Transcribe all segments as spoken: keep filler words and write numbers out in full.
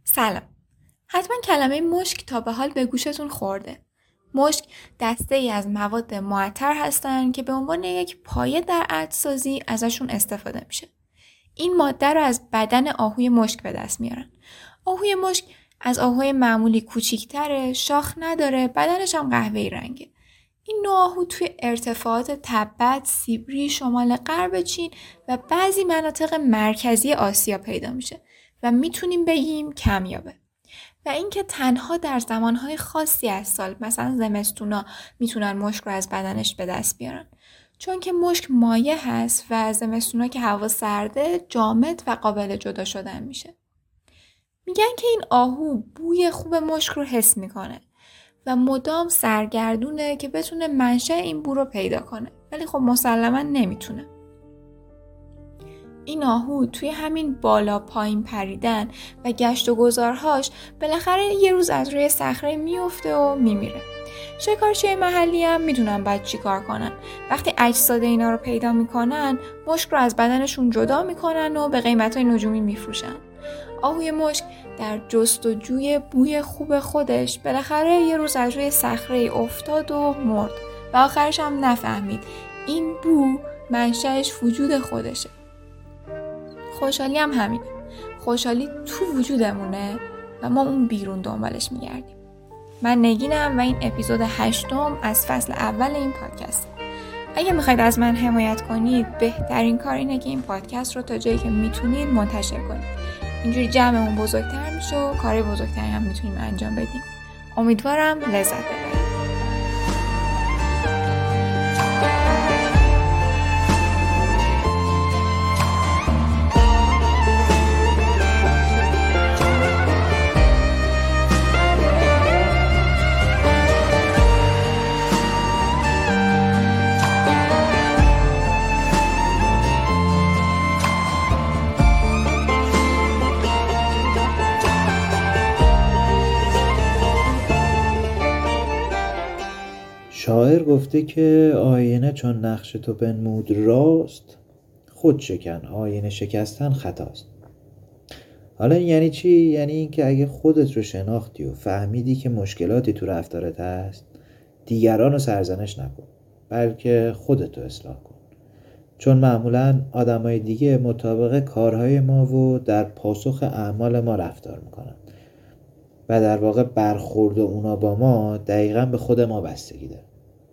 سلام. حتما کلمه مشک تا به حال به گوشتون خورده. مشک دسته ای از مواد معطر هستن که به عنوان یک پایه در عطرسازی ازشون استفاده میشه. این ماده رو از بدن آهوی مشک به دست میارن. آهوی مشک از آهوی معمولی کوچیک‌تره، شاخ نداره، بدنش هم قهوه‌ای رنگه. این نوع آهو توی ارتفاعات تبت، سیبری، شمال غرب چین و بعضی مناطق مرکزی آسیا پیدا میشه و میتونیم بگیم کمیابه. و اینکه تنها در زمانهای خاصی از سال مثلا زمستونا میتونن مشک رو از بدنش به دست بیارن، چون که مشک مایع هست و زمستونا که هوا سرده جامد و قابل جدا شدن میشه. میگن که این آهو بوی خوب مشک رو حس میکنه و مدام سرگردونه که بتونه منشأ این بو رو پیدا کنه، ولی خب مسلماً نمیتونه. این آهو توی همین بالا پایین پریدن و گشت و گذارهاش بالاخره یه روز از روی صخره میفته و میمیره. شکارچی محلی هم میدونن باید چی کار کنن. وقتی اجساد اینا رو پیدا میکنن، مشک رو از بدنشون جدا میکنن و به قیمتای نجومی میفروشن. آهوی مشک در جستجوی بوی خوب خودش بالاخره یه روز از روی صخره افتاد و مرد و آخرش هم نفهمید این بو منشأش وجود خودشه. خوشحالی هم همینه. خوشحالی تو وجودمونه و ما اون بیرون دنبالش میگردیم. من نگینم و این اپیزود هشتم از فصل اول این پادکست. اگه میخواید از من حمایت کنید، بهترین کار اینه که این پادکست رو تا جایی که میتونید منتشر کنید. اینجوری جمعمون بزرگتر میشه و کار بزرگتری هم میتونیم انجام بدیم. امیدوارم لذت ببرید. شاعر گفته که آینه چون نقش تو بنمود راست، خود شکن آینه شکستن خطاست. حالا این یعنی چی؟ یعنی این که اگه خودت رو شناختی و فهمیدی که مشکلاتی تو رفتارت هست، دیگران رو سرزنش نکن، بلکه خودت رو اصلاح کن. چون معمولاً آدمای دیگه مطابق کارهای ما و در پاسخ اعمال ما رفتار میکنن و در واقع برخورد اونا با ما دقیقاً به خود ما بستگی داره.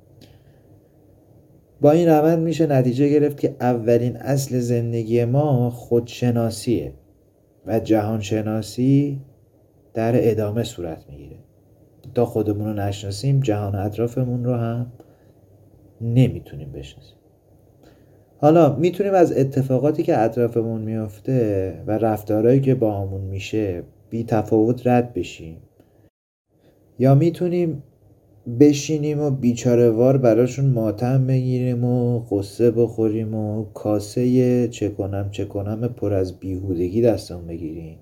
با این روند میشه نتیجه گرفت که اولین اصل زندگی ما خودشناسیه و جهانشناسی در ادامه صورت میگیره. تا خودمون رو نشناسیم جهان اطرافمون رو هم نمیتونیم بشناسیم. حالا میتونیم از اتفاقاتی که اطرافمون میفته و رفتارهایی که با همون میشه بی تفاوت رد بشیم، یا میتونیم بشینیم و بیچاره‌وار براشون ماتم بگیریم و قصه بخوریم و کاسه چه کنم چه کنم پر از بیهودگی دستمون بگیریم.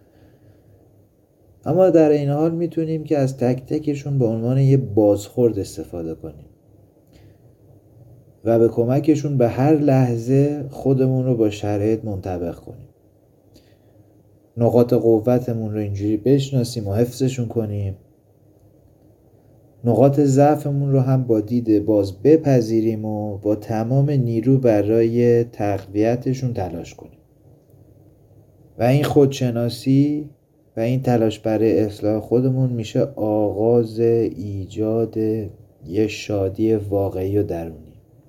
اما در این حال میتونیم که از تک تکشون به عنوان یه بازخورد استفاده کنیم و به کمکشون به هر لحظه خودمون رو با شرایط منطبق کنیم. نقاط قوتمون رو اینجوری بشناسیم و حفظشون کنیم. نقاط ضعفمون رو هم با دید باز بپذیریم و با تمام نیرو برای تقویتشون تلاش کنیم. و این خودشناسی و این تلاش برای اصلاح خودمون میشه آغاز ایجاد یه شادی واقعی و درونی.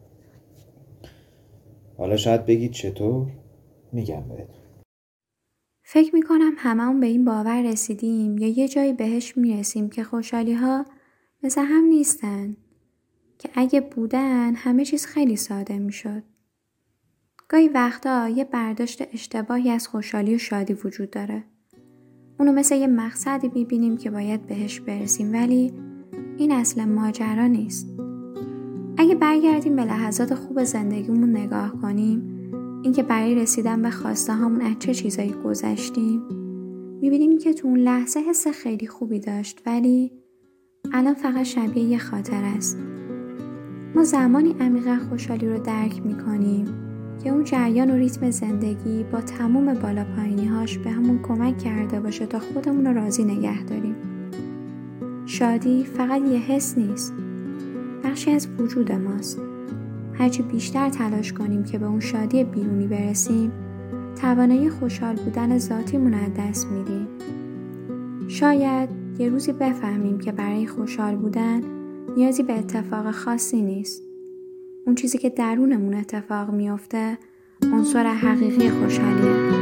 حالا شاید بگید چطور؟ میگم بهتون. فکر میکنم هممون به این باور رسیدیم یا یه جایی بهش میرسیم که خوشحالی ها مثل هم نیستن، که اگه بودن همه چیز خیلی ساده میشد. گاهی وقتا یه برداشت اشتباهی از خوشحالی و شادی وجود داره. اونو مثل یه مقصدی میبینیم که باید بهش برسیم، ولی این اصل ماجرا نیست. اگه برگردیم به لحظات خوب زندگیمون نگاه کنیم، اینکه برای رسیدن به خواسته هامون از چه چیزایی گذشتیم، میبینیم که تو اون لحظه حس خیلی خوبی داشت، ولی الان فقط شبیه یه خاطره است. ما زمانی عمیقا خوشحالی رو درک میکنیم که اون جریان و ریتم زندگی با تمام بالا پایینی‌هاش به همون کمک کرده باشه تا خودمون رو راضی نگه داریم. شادی فقط یه حس نیست، بخشی از وجود ماست. هرچی بیشتر تلاش کنیم که به اون شادی بیرونی برسیم، توانایی خوشحال بودن ذاتیمون از دست میدیم. شاید یه روزی بفهمیم که برای خوشحال بودن نیازی به اتفاق خاصی نیست. اون چیزی که درونمون اتفاق میفته عنصر حقیقی خوشحالیه.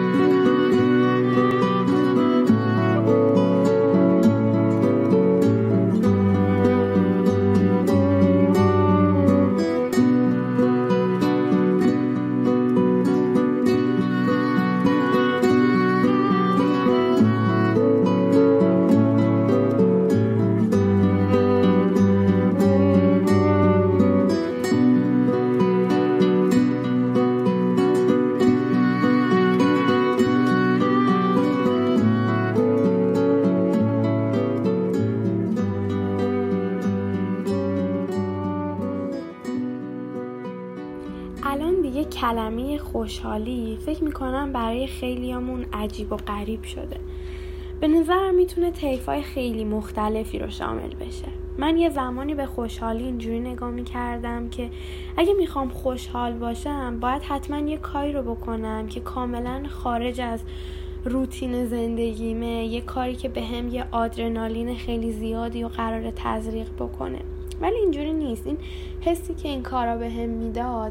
الان دیگه کلمه خوشحالی فکر میکنم برای خیلیامون عجیب و غریب شده. به نظرم میتونه طیف‌های خیلی مختلفی رو شامل بشه. من یه زمانی به خوشحالی اینجوری نگاه میکردم که اگه میخوام خوشحال باشم باید حتما یه کاری رو بکنم که کاملا خارج از روتین زندگیمه، یه کاری که بهم یه آدرنالین خیلی زیادی و قراره تزریق بکنه. ولی اینجوری نیست. این حسی که این کارا بهم میداد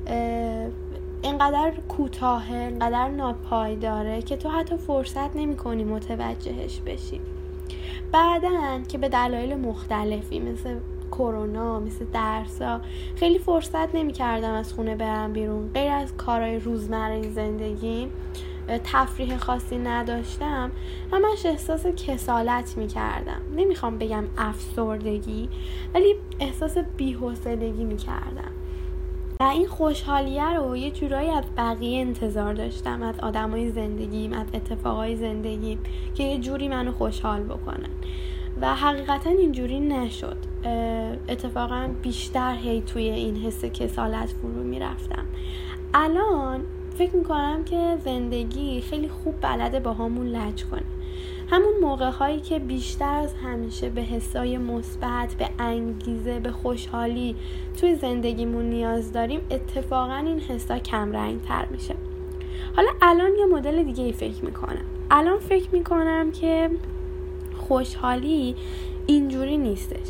اینقدر کوتاهه، اینقدر ناپایداره که تو حتی فرصت نمی کنی متوجهش بشی. بعدن که به دلایل مختلفی مثل کرونا، مثل درسا، خیلی فرصت نمی کردم از خونه برم بیرون. غیر از کارهای روزمره زندگی تفریح خاصی نداشتم، همش احساس کسالت می کردم. نمیخوام بگم افسردگی، ولی احساس بی‌حوصلگی می کردم. و این خوشحالیه رو یه جورایی از بقیه انتظار داشتم، از آدمای زندگیم، از اتفاقای زندگیم که یه جوری منو خوشحال بکنن و حقیقتا اینجوری نشد. اتفاقا بیشتر هی توی این حس کسالت فرو میرفتم. الان فکر میکنم که زندگی خیلی خوب بلده با همون لج کنه. همون موقع هایی که بیشتر از همیشه به حسای مثبت، به انگیزه، به خوشحالی توی زندگیمون نیاز داریم، اتفاقا این حسا کم رنگ تر میشه. حالا الان یه مدل دیگه ای فکر میکنم. الان فکر میکنم که خوشحالی اینجوری نیستش.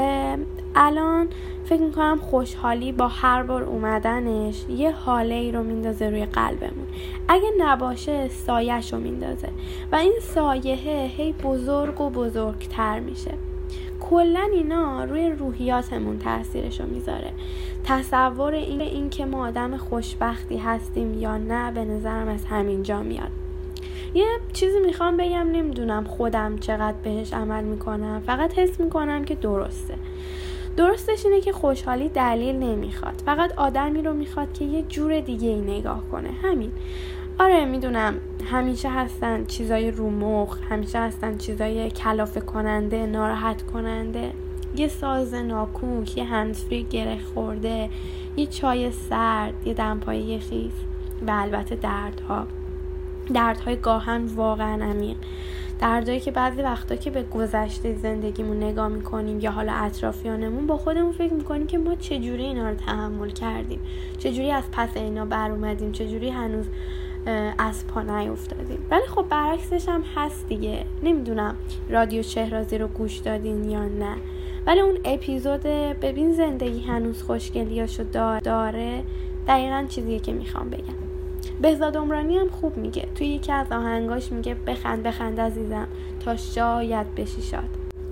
الان فکر میکنم خوشحالی با هر بار اومدنش یه حاله ای رو میندازه روی قلبمون. اگه نباشه سایه‌شو میندازه و این سایه هی بزرگ و بزرگتر میشه. کلن اینا روی روحیاتمون تاثیرشو میذاره. تصور این این که ما آدم خوشبختی هستیم یا نه به نظرم از همینجا میاد. یه چیزی میخوام بگم، نمیدونم خودم چقدر بهش عمل میکنم، فقط حس میکنم که درسته. درستش اینه که خوشحالی دلیل نمیخواد، فقط آدمی رو میخواد که یه جور دیگه ای نگاه کنه. همین. آره میدونم همیشه هستن چیزای رو مخ، همیشه هستن چیزای کلافه کننده، ناراحت کننده، یه ساز ناکوک، یه هندزفری گره خورده، یه چای سرد، یه دمپایی خیس و البته دردها. دردهای گاهن واقعا عمیق، دردهایی که بعضی وقتا که به گذشته زندگیمون نگاه میکنیم یا حالا اطرافیانمون، با خودمون فکر میکنیم که ما چجوری اینا رو تحمل کردیم، چجوری از پس اینا بر اومدیم، چجوری هنوز از پا نیفتادیم. ولی خب برعکسش هم هست دیگه. نمیدونم رادیو شهرازی رو گوش دادین یا نه، ولی اون اپیزود ببین زندگی هنوز خوشگلیاشو داره دقیقاً چیزیه که میخوام بگم. بهزاد عمرانی هم خوب میگه، توی یکی از آهنگاش میگه بخند بخند عزیزم تا شاید بشی شاد.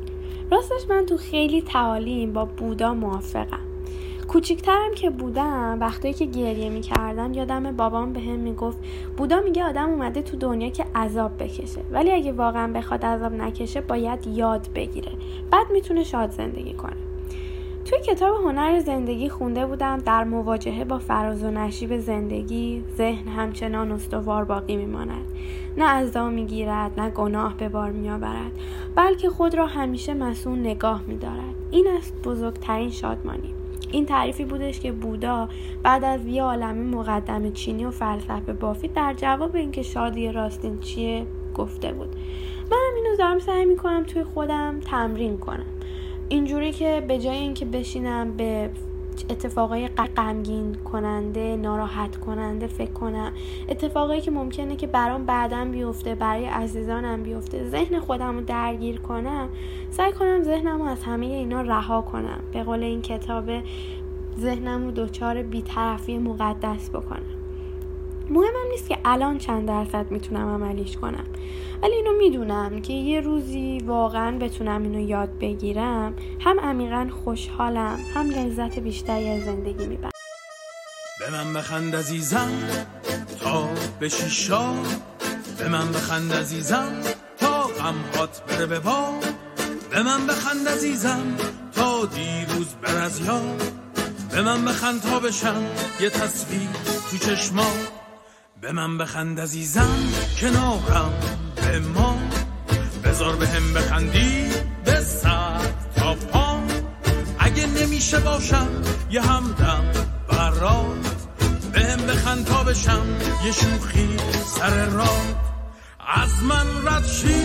راستش من تو خیلی تعالیم با بودا موافقم. کوچیکترم که بودم وقتایی که گریه میکردم یادم بابام بهم میگفت بودا میگه آدم اومده تو دنیا که عذاب بکشه، ولی اگه واقعا بخواد عذاب نکشه باید یاد بگیره، بعد میتونه شاد زندگی کنه. توی کتاب هنر زندگی خونده بودم در مواجهه با فراز و نشیب زندگی ذهن همچنان استوار باقی میماند، نه عزا میگیرد نه گناه به بار میآورد، بلکه خود را همیشه مسئول نگاه میدارد. این است بزرگترین شادمانی. این تعریفی بودش که بودا بعد از یه عالمه مقدمه چینی و فلسفه بافی در جواب اینکه شادی راستین چیه گفته بود. منم اینو دارم سعی میکنم توی خودم تمرین کنم، اینجوری که به جای اینکه بشینم به اتفاقای غمگین کننده، ناراحت کننده فکر کنم، اتفاقایی که ممکنه که برام بعداً بیفته، برای عزیزانم بیفته، ذهن خودم رو درگیر کنم، سعی کنم ذهنم رو از همه اینا رها کنم، به قول این کتاب ذهنم رو دچار بی‌طرفی مقدس بکنم. مهمم نیست که الان چند درصد میتونم عملیش کنم، ولی اینو میدونم که یه روزی واقعا بتونم اینو یاد بگیرم، هم عمیقا خوشحالم، هم لذت بیشتری از زندگی میبرم. به من بخند عزیزم تا بشی شاد، به من بخند عزیزم تا غم‌هات بره به باد، به من بخند عزیزم تا دیروز بر از یاد، به من بخند تا بشم یه تصویر تو چشمات، به من بخند عزیزم کنارم به ما، بذار به هم بخندی به سر تا پا، اگه نمیشه باشم یه همدم برات، به هم بخند تا بشم یه شوخی سر راه، از من رد شی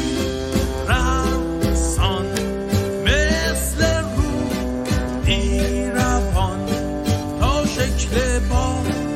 رقصان مثل رو دیروان، تا شکل با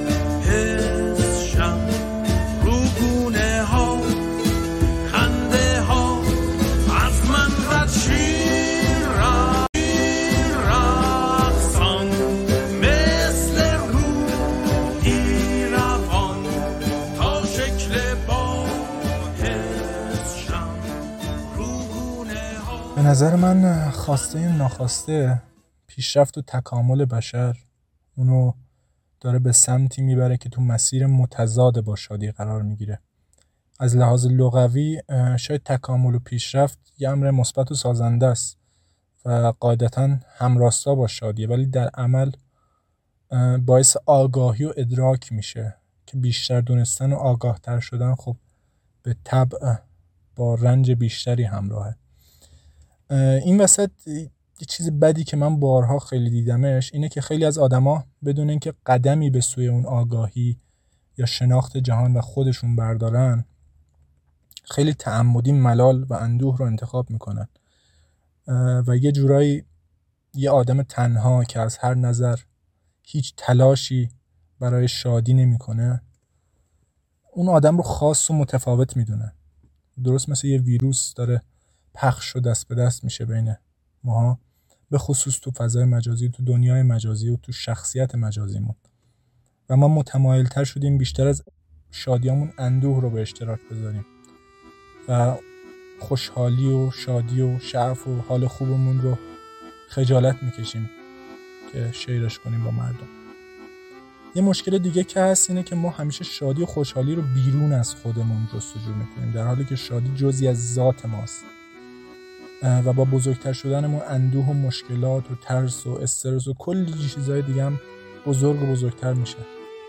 به نظر من خواسته ناخواسته پیشرفت و تکامل بشر اونو داره به سمتی میبره که تو مسیر متضاد با شادی قرار میگیره. از لحاظ لغوی شاید تکامل و پیشرفت یه امر مثبت و سازنده است و قاعدتاً همراستا با شادیه، ولی در عمل باعث آگاهی و ادراک میشه که بیشتر دونستن و آگاهتر شدن خب به طبع با رنج بیشتری همراهه. این وسط یه چیز بدی که من بارها خیلی دیدمش اینه که خیلی از آدما بدون اینکه قدمی به سوی اون آگاهی یا شناخت جهان و خودشون بردارن، خیلی تعمدی ملال و اندوه رو انتخاب میکنن و یه جورایی یه آدم تنها که از هر نظر هیچ تلاشی برای شادی نمیکنه اون آدم رو خاص و متفاوت میدونن. درست مثل یه ویروس داره پخش و دست به دست میشه بین ماها، به خصوص تو فضای مجازی، تو دنیای مجازی و تو شخصیت مجازیمون، و ما متمایل تر شدیم بیشتر از شادیامون اندوه رو به اشتراک بذاریم و خوشحالی و شادی و شعف و حال خوبمون رو خجالت میکشیم که شیرش کنیم با مردم. یه مشکل دیگه که هست اینه که ما همیشه شادی و خوشحالی رو بیرون از خودمون جستجو میکنیم، در حالی که شادی جزئی از ذات ماست و با بزرگتر شدنمون اندوه و مشکلات و ترس و استرس و کلی چیزای دیگه هم بزرگ و بزرگتر میشه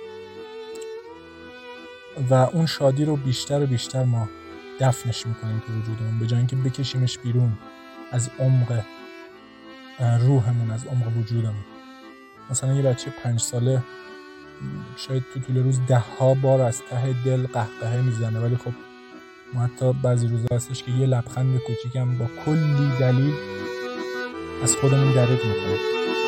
و اون شادی رو بیشتر و بیشتر ما دفنش میکنیم تو وجودمون، به جای اینکه بکشیمش بیرون از عمق روحمون، از عمق وجودمون. مثلا یه بچه پنج ساله شاید تو طول روز ده ها بار از ته دل قهقهه میزنه، ولی خب ما حتی بعضی روزا هستش که یه لبخند کوچیکم با کلی دلیل از خودمون درک میکنیم.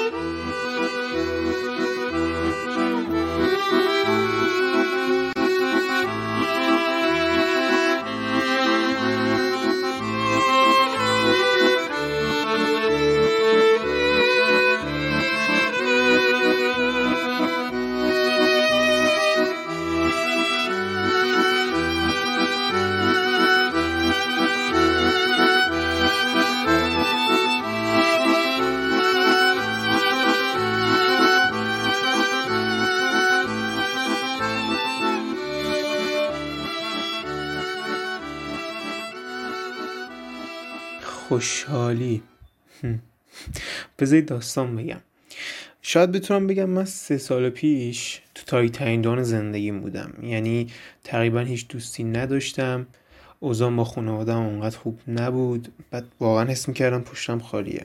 خوشحالی. بذارید داستان بگم. شاید بتونم بگم من سه سال پیش تو تاریک ترین دوران زندگیم بودم، یعنی تقریبا هیچ دوستی نداشتم، اوضاعم با خانواده‌ام اونقدر خوب نبود، بعد واقعا حس می‌کردم پشتم خالیه.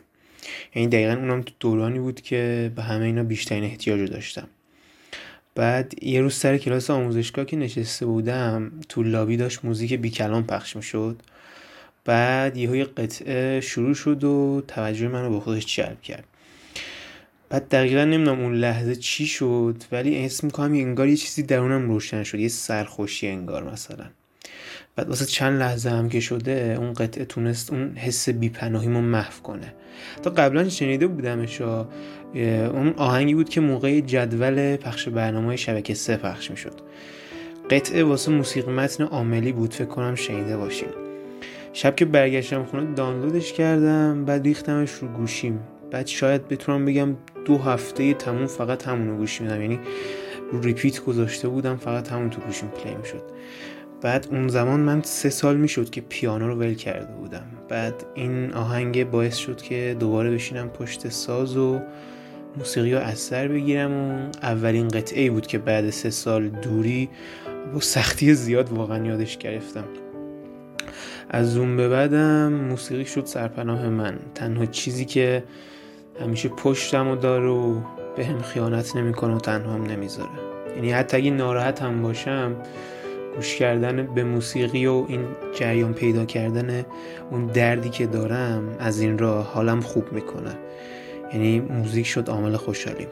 یعنی دقیقا اونم تو دورانی بود که به همه اینا بیشترین احتیاج رو داشتم. بعد یه روز سر کلاس آموزشگاه که نشسته بودم تو لابی داشت موزیک بی کلام پخش میشد. بعد یهو قطعه شروع شد و توجه منو به خودش جلب کرد. بعد دقیقا نمیدونم اون لحظه چی شد، ولی حس میکنم انگار یه چیزی درونم روشن شد، یه سرخوشی انگار مثلا. بعد واسه چند لحظه هم که شده اون قطعه تونست اون حس بی‌پناهیمو محو کنه. تا قبلا شنیده بودمش، اون آهنگی بود که موقع جدول پخش برنامه شبکه سه پخش میشد. قطعه واسه موسیقی متن عاملی بود، فکر کنم شنیده باشین. شب که برگشتم خونه دانلودش کردم، بعد ریختمش رو گوشیم. بعد شاید بتونم بگم دو هفته تموم فقط همونو گوش میدم، یعنی رو ریپیت گذاشته بودم، فقط همون تو گوشیم پلی میشد. بعد اون زمان من سه سال میشد که پیانو رو ول کرده بودم. بعد این آهنگ باعث شد که دوباره بشینم پشت ساز و موسیقی رو از سر بگیرم و اولین قطعه بود که بعد سه سال دوری با سختی زیاد واقعا یادش گرفتم. از اون به بعدم موسیقی شد سرپناه من، تنها چیزی که همیشه پشتم و داره و به هم خیانت نمی کنه و تنها هم نمیذاره. یعنی حتی اگه ناراحت هم باشم، گوش کردن به موسیقی و این جریان پیدا کردن اون دردی که دارم از این راه حالم خوب میکنه. یعنی موزیک شد عامل خوشحالیم.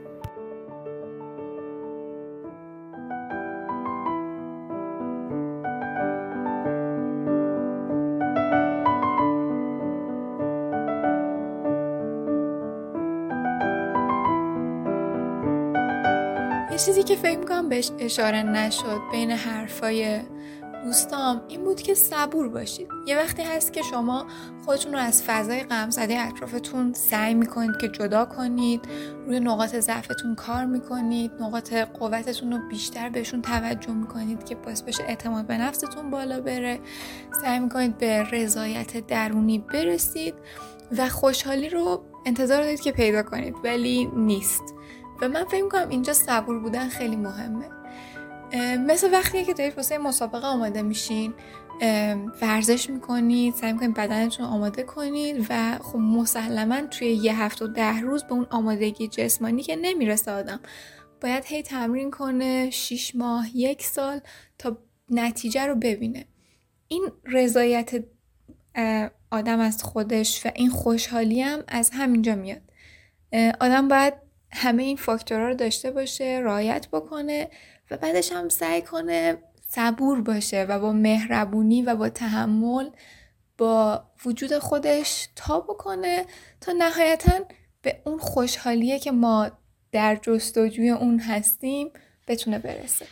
یه چیزی که فکر میکنم بهش اشاره نشد بین حرفای دوستام این بود که صبور باشید. یه وقتی هست که شما خودتون رو از فضای غمزده اطرافتون سعی میکنید که جدا کنید، روی نقاط ضعفتون کار میکنید، نقاط قوتتون رو بیشتر بهشون توجه میکنید که باعث بشه اعتماد به نفستون بالا بره، سعی میکنید به رضایت درونی برسید و خوشحالی رو انتظار دارید که پیدا کنید ولی نیست. و من فکر میکنم اینجا صبور بودن خیلی مهمه. مثل وقتی که دارید واسه مسابقه آماده میشین، ورزش میکنید، سعی میکنید بدنتون آماده کنید و خب مسلما توی یه هفته و ده روز به اون آمادگی جسمانی که نمیرسه آدم، باید هی تمرین کنه، شیش ماه، یک سال تا نتیجه رو ببینه. این رضایت آدم از خودش و این خوشحالی هم از همینجا میاد. آدم باید همه این فاکتورها رو داشته باشه، رعایت بکنه و بعدش هم سعی کنه صبور باشه و با مهربونی و با تحمل با وجود خودش تا بکنه تا نهایتاً به اون خوشحالیه که ما در جستجوی اون هستیم بتونه برسه.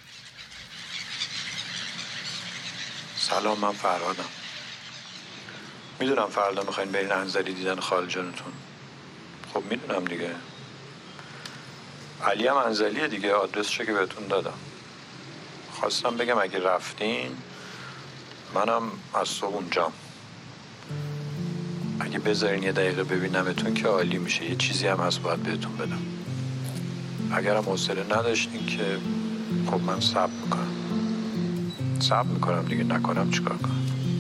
سلام، من فرهادم. میدونم فردا میخواین برین انزلی دیدن خاله جانتون. خب میدونم دیگه. علی هم انزلیه دیگه، آدرسشو که بهتون دادم. خواستم بگم اگه رفتین منم از صبح اونجام. اگه بذارین یه دقیقه ببینمتون که عالی میشه. یه چیزی هم هست باید بهتون بدم. اگرم حوصله نداشتین که خب من صبر میکنم. صبر میکنم دیگه، نکنم چیکار کنم.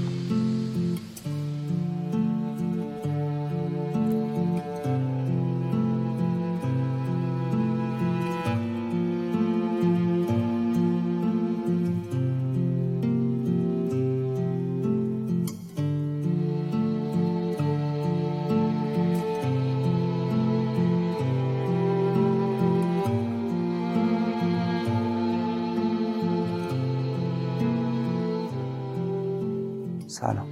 سلام.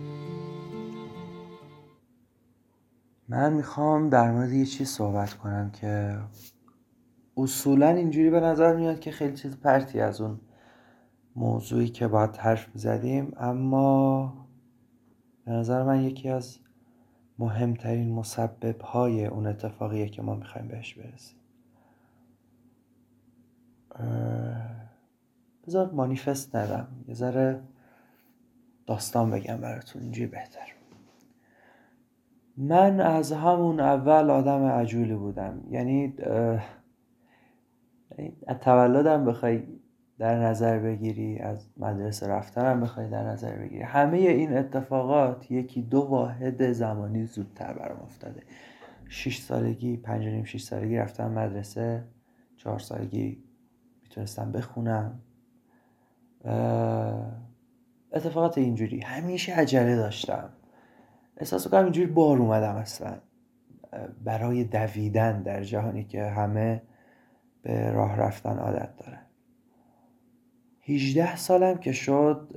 من میخوام در مورد یه چیز صحبت کنم که اصولا اینجوری به نظر میاد که خیلی چیز پرتی از اون موضوعی که باید حرف میزدیم، اما به نظر من یکی از مهمترین مسبب‌های اون اتفاقیه که ما میخوایم بهش برسیم. بذار مانیفست ندم، یه ذره داستان بگم براتون، اینجوری بهتر. من از همون اول آدم عجولی بودم. یعنی از تولدم بخوای در نظر بگیری، از مدرسه رفتنم بخوای در نظر بگیری، همه این اتفاقات یکی دو واحد زمانی زودتر برام افتاده. شش سالگی پنج و نیم شش سالگی رفتم مدرسه، چهار سالگی میتونستم بخونم. اتفاقات اینجوری همیشه عجله داشتم، احساس میکنم اینجوری بار اومدم اصلا برای دویدن در جهانی که همه به راه رفتن عادت دارن. هجده سالم که شد،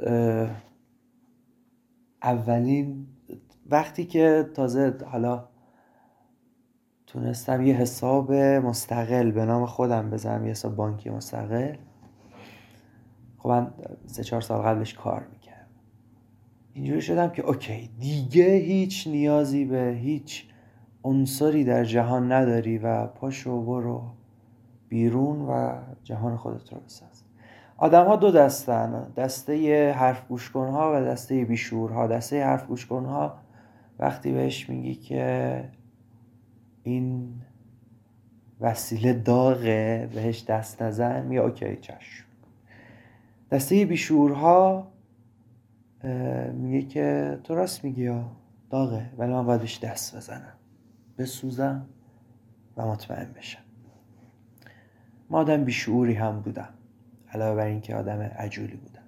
اولین وقتی که تازه حالا تونستم یه حساب مستقل به نام خودم بزنم، یه حساب بانکی مستقل. خب من سه چهار سال قبلش کار میکردم. اینجوری شدم که اوکی دیگه هیچ نیازی به هیچ عنصری در جهان نداری و پاشو برو بیرون و جهان خودت رو بساز. آدم ها دو دستن، دسته حرف گوش کن ها و دسته بیشور ها. دسته حرف گوش کن ها وقتی بهش میگی که این وسیله داغه بهش دست نزن، میگه اوکی چشم. دسته بیشورها میگه که تو راست میگی یا داغه، ولی من باید بهش دست بزنم، بسوزم و مطمئن بشم. من آدم بیشعوری هم بودم، علاوه بر این که آدم عجولی بودم.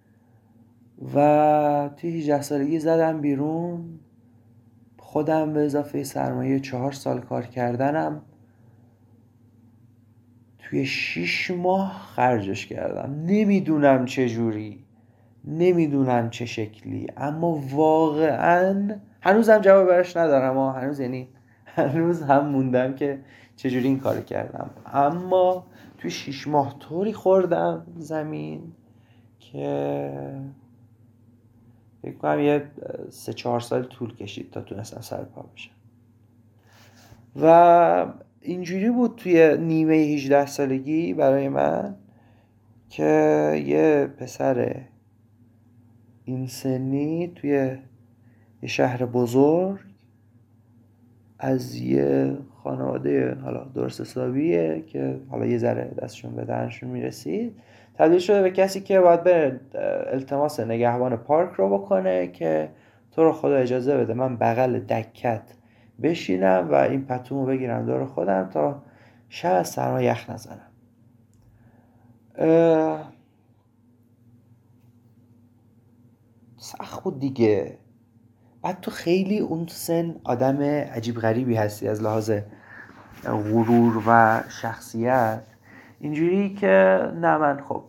و توی هجده سالگی زدم بیرون. خودم به اضافه سرمایه چهار سال کار کردنم توی شیش ماه خرجش کردم. نمیدونم چه جوری، نمیدونم چه شکلی، اما واقعا هنوزم جواب براش ندارم. اما هنوز یعنی هنوز هم موندم که چجوری این کار کردم. اما توی شیش ماه طوری خوردم زمین که فکر کنم یه سه چهار سال طول کشید تا تونستم سر پا بشم. و اینجوری بود توی نیمه هجده سالگی برای من که یه پسر این سنی توی یه شهر بزرگ از یه خانواده حالا درست حسابیه که حالا یه ذره دستشون به دهنشون میرسید، تبدیل شده به کسی که باید بره التماس نگهبان پارک رو بکنه که تو رو خدا اجازه بده من بغل دکت بشینم و این پتومو بگیرم دور خودم تا شب از سرما یخ نزنم. سخت بود دیگه. بعد تو خیلی اون سن آدم عجیب غریبی هستی از لحاظ غرور و شخصیت، اینجوری که نه من خب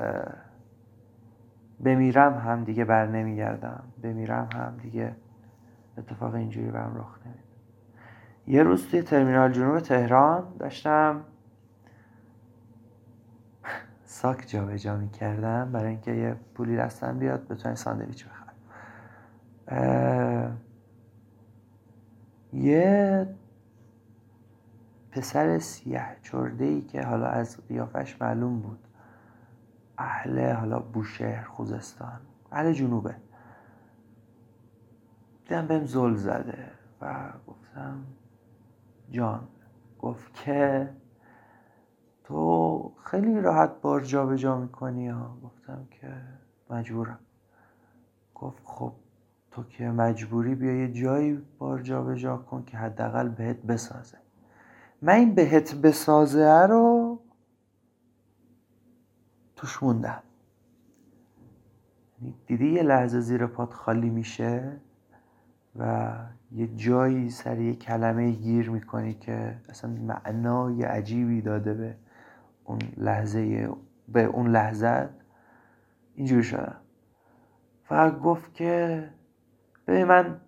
بمیرم هم دیگه بر نمیگردم، بمیرم هم دیگه اتفاق اینجوری برام رخ نمیده. یه روز توی ترمینال جنوب تهران داشتم ساک جا به جا می کردم برای اینکه یه پولی دستم بیاد بتونم ساندویچ بخرم. یه پسر سیاه چرده‌ای که حالا از قیافش معلوم بود اهل حالا بوشهر، خوزستان، اهل جنوبه، دیدم بهم زل زده و گفتم جان، گفت که تو خیلی راحت بار جا به جا میکنی ها. گفتم که مجبورم. گفت خب تو که مجبوری بیا یه جایی بار جا به جا کن که حداقل بهت بسازه. من این بهت بسازه رو توش موندم. دیدی یه لحظه زیر پات خالی میشه و یه جایی سر یه کلمه گیر میکنی که اصلا معنای عجیبی داده به اون لحظه، به اون لحظه. اینجوری شدم. فقط گفت که ببین من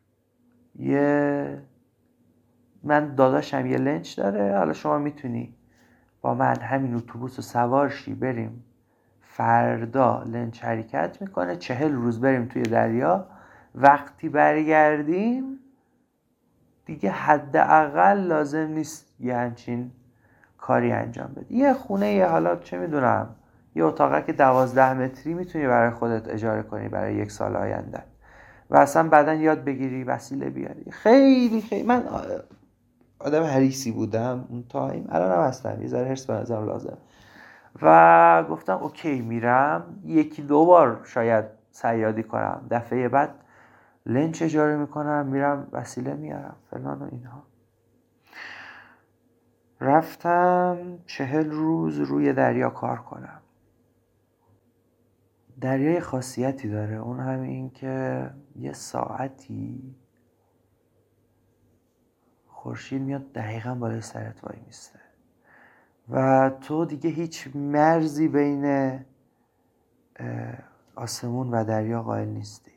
یه من داداشم یه لنچ داره، حالا شما میتونی با من همین اتوبوس رو سوار شی بریم فردا لنچ حرکت میکنه، چهل روز بریم توی دریا، وقتی برگردیم دیگه حداقل لازم نیست یه همچین کاری انجام بدی. یه خونه یه حالا چه میدونم یه اتاقه که دوازده متری میتونی برای خودت اجاره کنی برای یک سال آینده و اصلا بعدن یاد بگیری وسیله بیاری. خیلی خیلی من آدم حریصی بودم اون تایم، الان هم هستم، یه ذره حرص به نظرم لازم. و گفتم اوکی میرم یکی دو بار شاید صیادی کنم، دفعه بعد لنچ اجاره میکنم میرم وسیله میارم فلان و اینها. رفتم چهل روز روی دریا کار کنم. دریای خاصیتی داره، اون هم این که یه ساعتی خورشید میاد دقیقا بالای سرت وای میسته و تو دیگه هیچ مرزی بین آسمون و دریا قائل نیستی.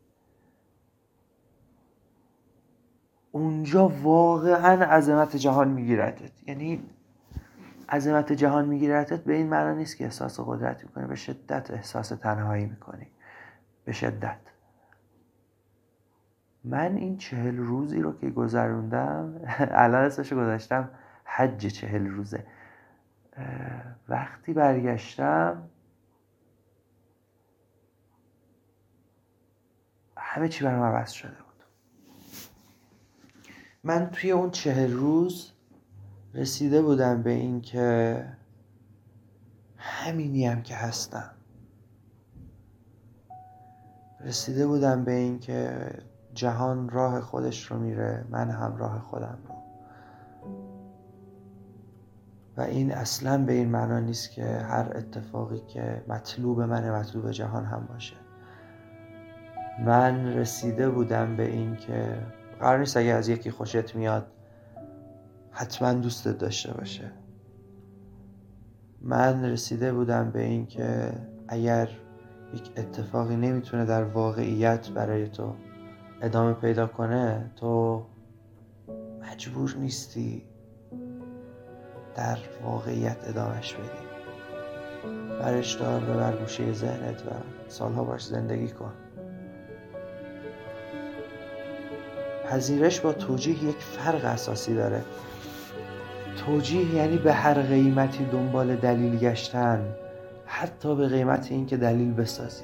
اونجا واقعا عظمت جهان میگیرتت. یعنی عظمت جهان میگیرتت به این معنی نیست که احساس قدرت میکنی، به شدت احساس تنهایی میکنی، به شدت. من این چهل روزی رو که گذروندم الان اسمشو گذاشتم حج چهل روزه. وقتی برگشتم همه چی برام عوض شده بود. من توی اون چهل روز رسیده بودم به این که همینیم که هستم. رسیده بودم به این که جهان راه خودش رو میره، من هم راه خودم رو. و این اصلا به این معنا نیست که هر اتفاقی که مطلوب منه مطلوب جهان هم باشه. من رسیده بودم به این که قرار نیست اگه از یکی خوشت میاد حتما دوستت داشته باشه. من رسیده بودم به این که اگر یک اتفاقی نمیتونه در واقعیت برای تو ادامه پیدا کنه، تو مجبور نیستی در واقعیت ادامهش بدی. برش دار، ببر گوشه ذهنت و سالها باش زندگی کن. پذیرش با توجیه یک فرق اساسی داره. توجیه یعنی به هر قیمتی دنبال دلیل گشتن، حتی به قیمت این که دلیل بسازی.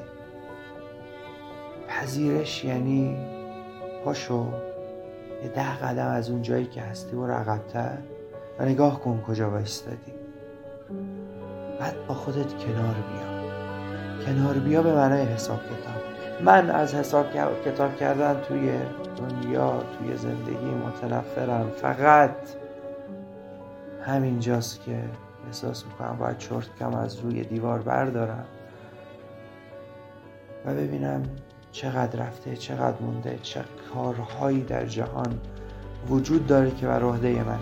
پذیرش یعنی پاشو یه ده قدم از اون جایی که هستی برو عقب‌تر و نگاه کن کجا وایستادی. بعد با خودت کنار بیا. کنار بیا به معنای حساب کتاب. من از حساب کتاب کردن توی دنیا، توی زندگی متنفرم. فقط همینجاست که احساس میکنم باید چرت کم از روی دیوار بردارم و ببینم چقدر رفته، چقدر مونده، چه کارهایی در جهان وجود داره که بر عهده منه.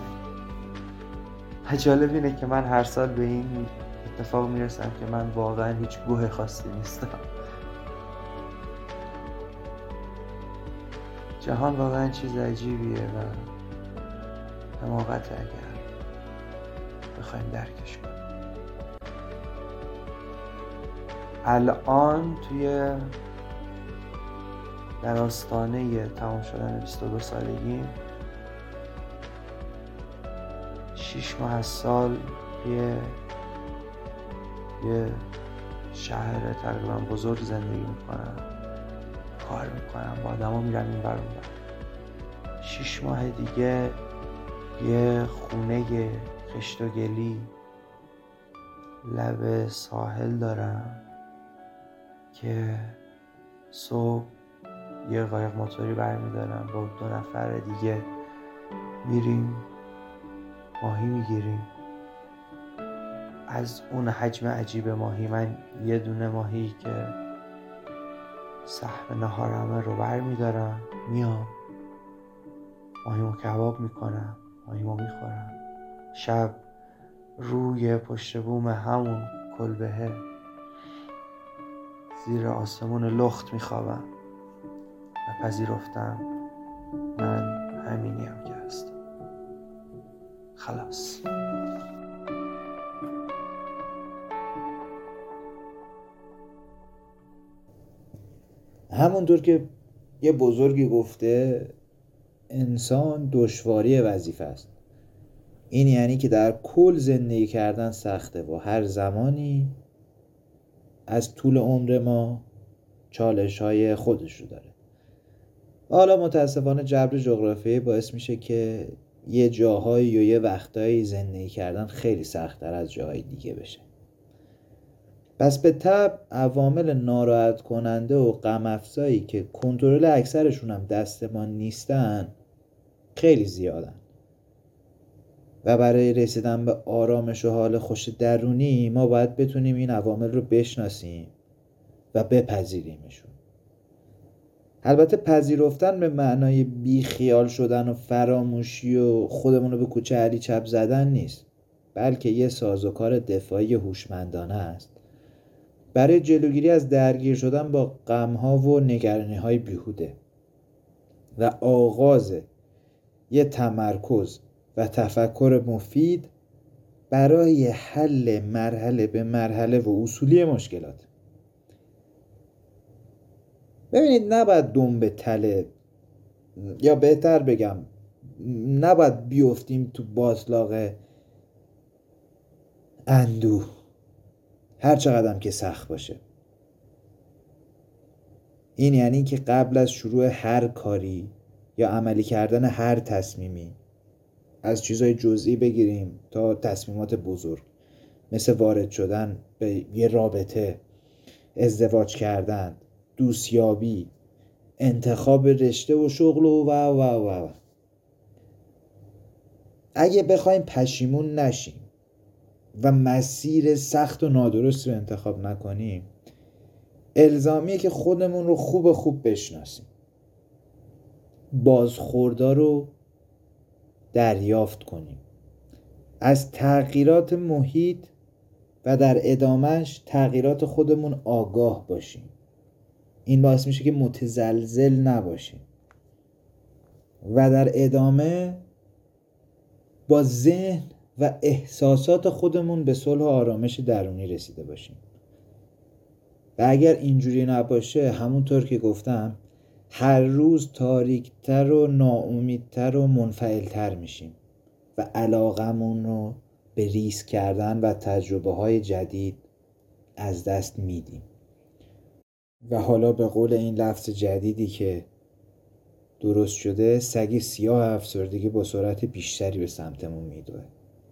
جالب اینه که من هر سال به این اتفاق میرسم که من واقعا هیچ گوه خاصی نیستم. جهان واقعا چیز عجیبیه و حماقت اگر بخوایم درکش کنیم. الان توی در آستانه تمام شدن بیست و دو سالگی، شیش ماه از سال یه یه شهر تقریبا بزرگ زندگی میکنم، کار میکنم، با آدم ها میرم این بر اون بر. شیش ماه دیگه یه خونه خشت و گلی لب ساحل دارم که صبح یه قایق موتوری برمیدارم با دو نفر دیگه میریم ماهی میگیریم. از اون حجم عجیب ماهی من یه دونه ماهی که سهم نهارمه رو برمیدارم، میام ماهیمو کباب میکنم، ماهیمو میخورم. شب روی پشت بوم همون کلبهه زیر آسمون لخت میخوابم و پذیرفتم من همینیم که هستم. خلاص. همونطور که یه بزرگی گفته انسان دشواری وظیفه است. این یعنی که در کل زندگی کردن سخته و هر زمانی از طول عمر ما چالش های خودش رو داره. حالا متاسفانه جبر جغرافیایی باعث میشه که یه جاهایی و یه وقتایی زندگی کردن خیلی سخت‌تر از جاهای دیگه بشه. پس به طبع عوامل ناراحت کننده و غم افزایی که کنترل اکثرشون هم دست ما نیستن خیلی زیادن. و برای رسیدن به آرامش و حال خوش درونی ما باید بتونیم این عوامل رو بشناسیم و بپذیریمشون. البته پذیرفتن به معنای بی خیال شدن و فراموشی و خودمون رو به کوچه علی چپ زدن نیست، بلکه یه سازوکار دفاعی هوشمندانه است برای جلوگیری از درگیر شدن با غم‌ها و نگرانی‌های بیهوده و آغاز یه تمرکز و تفکر مفید برای حل مرحله به مرحله و اصولی مشکلات. ببینید نباید دم به تله، یا بهتر بگم نباید بیفتیم تو باطلاق اندوه هر چقدر که سخت باشه. این یعنی که قبل از شروع هر کاری یا عملی کردن هر تصمیمی از چیزهای جزئی بگیریم تا تصمیمات بزرگ، مثل وارد شدن به یه رابطه، ازدواج کردن، دوستیابی، انتخاب رشته و شغل و و و و اگه بخوایم پشیمون نشیم و مسیر سخت و نادرست رو انتخاب نکنیم، الزامیه که خودمون رو خوب خوب بشناسیم، بازخوردها رو دریافت کنیم، از تغییرات محیط و در ادامهش تغییرات خودمون آگاه باشیم. این باعث میشه که متزلزل نباشیم و در ادامه با ذهن و احساسات خودمون به صلح و آرامش درونی رسیده باشیم. و اگر اینجوری نباشه، همونطور که گفتم، هر روز تاریکتر و ناامیدتر و منفعلتر میشیم و علاقمون رو به ریسک کردن و تجربه های جدید از دست میدیم. و حالا به قول این لفظ جدیدی که درست شده، سگ سیاه افسردگی با سرعت بیشتری به سمتمون میدوه.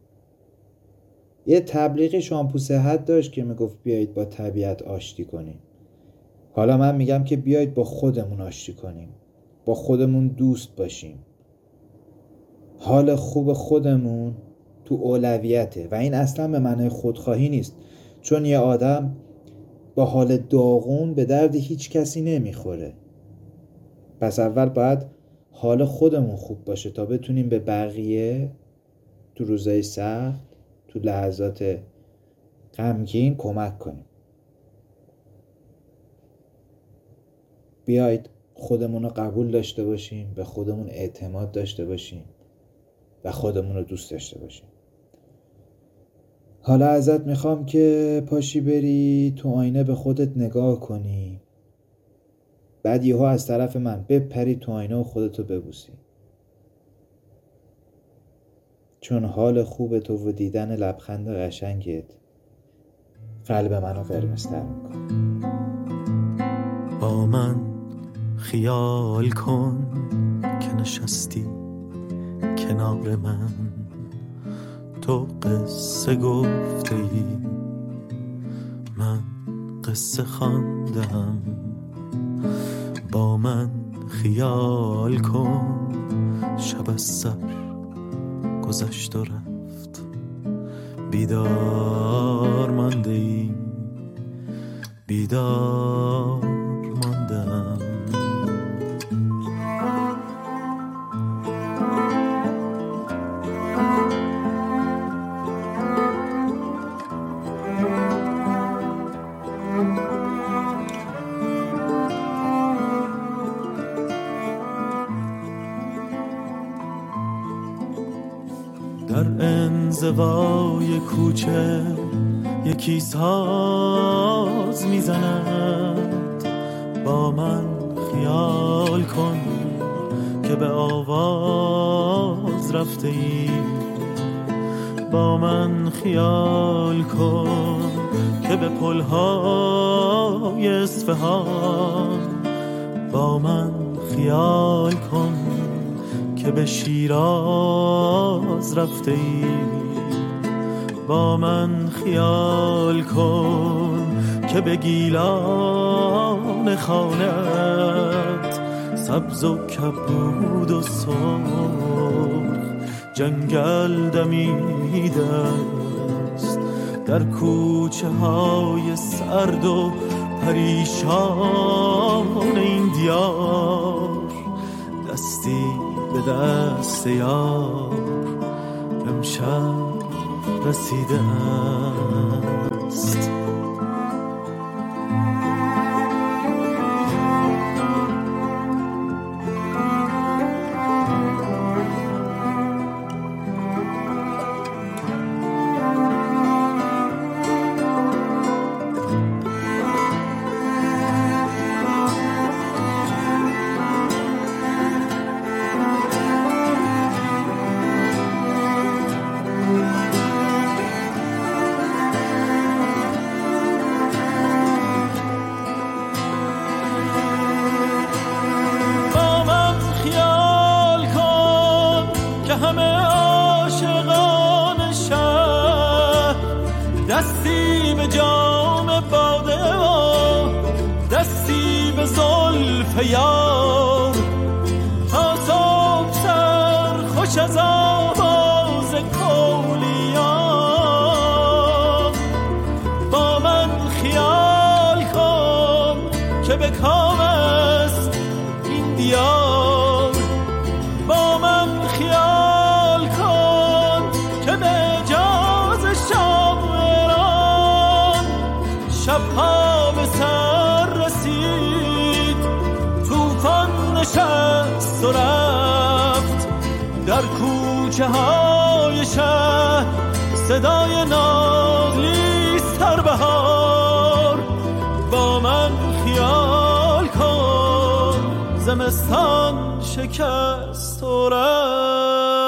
یه تبلیغ شامپو صحت داشت که میگفت بیایید با طبیعت آشتی کنیم. حالا من میگم که بیایید با خودمون آشتی کنیم، با خودمون دوست باشیم. حال خوب خودمون تو اولویته و این اصلا به معنای خودخواهی نیست، چون یه آدم با حال داغون به درد هیچ کسی نمیخوره. پس اول باید حال خودمون خوب باشه تا بتونیم به بقیه تو روزای سخت، تو لحظات غمگین کمک کنیم. بیایید خودمون رو قبول داشته باشیم، به خودمون اعتماد داشته باشیم و خودمون رو دوست داشته باشیم. حالا ازت میخوام که پاشی بری تو آینه به خودت نگاه کنی، بعد یهو از طرف من بپری تو آینه و خودتو ببوسی، چون حال خوب تو و دیدن لبخند قشنگت قلب منو قرمزتر میکنه. با من خیال کن که نشستی کنار من، تو قصه گفته ای من قصه خواندم. با من خیال کن شب از سر گذشت و رفت، بیدار مانده ای بیدار ماندم. در انزوای کوچه یکی ساز میزند، با من خیال کن که به آواز رفته ای. با من خیال کن که به پلهای اصفهان، با من خیال کن که به شیراز رفته ای. با من خیال کن که به گیلان خانت سبز و کبود و سرخ جنگل دمیده است، در کوچه های سرد و پریشان این دیار دستی به دست یار امشب رسیده است. دستی به جام باده و دستی به زلف یار، تا صبح سر خوش از آواز کولیان. با من خیال کن که به کام است این دیار، با من خیال کن که به جاز شاعران شبها به سر رسید، توفان نشست و رفت در کوچه های شهر، صدای نالی سربهار. با من خیال کن زمستان شکست و رفت.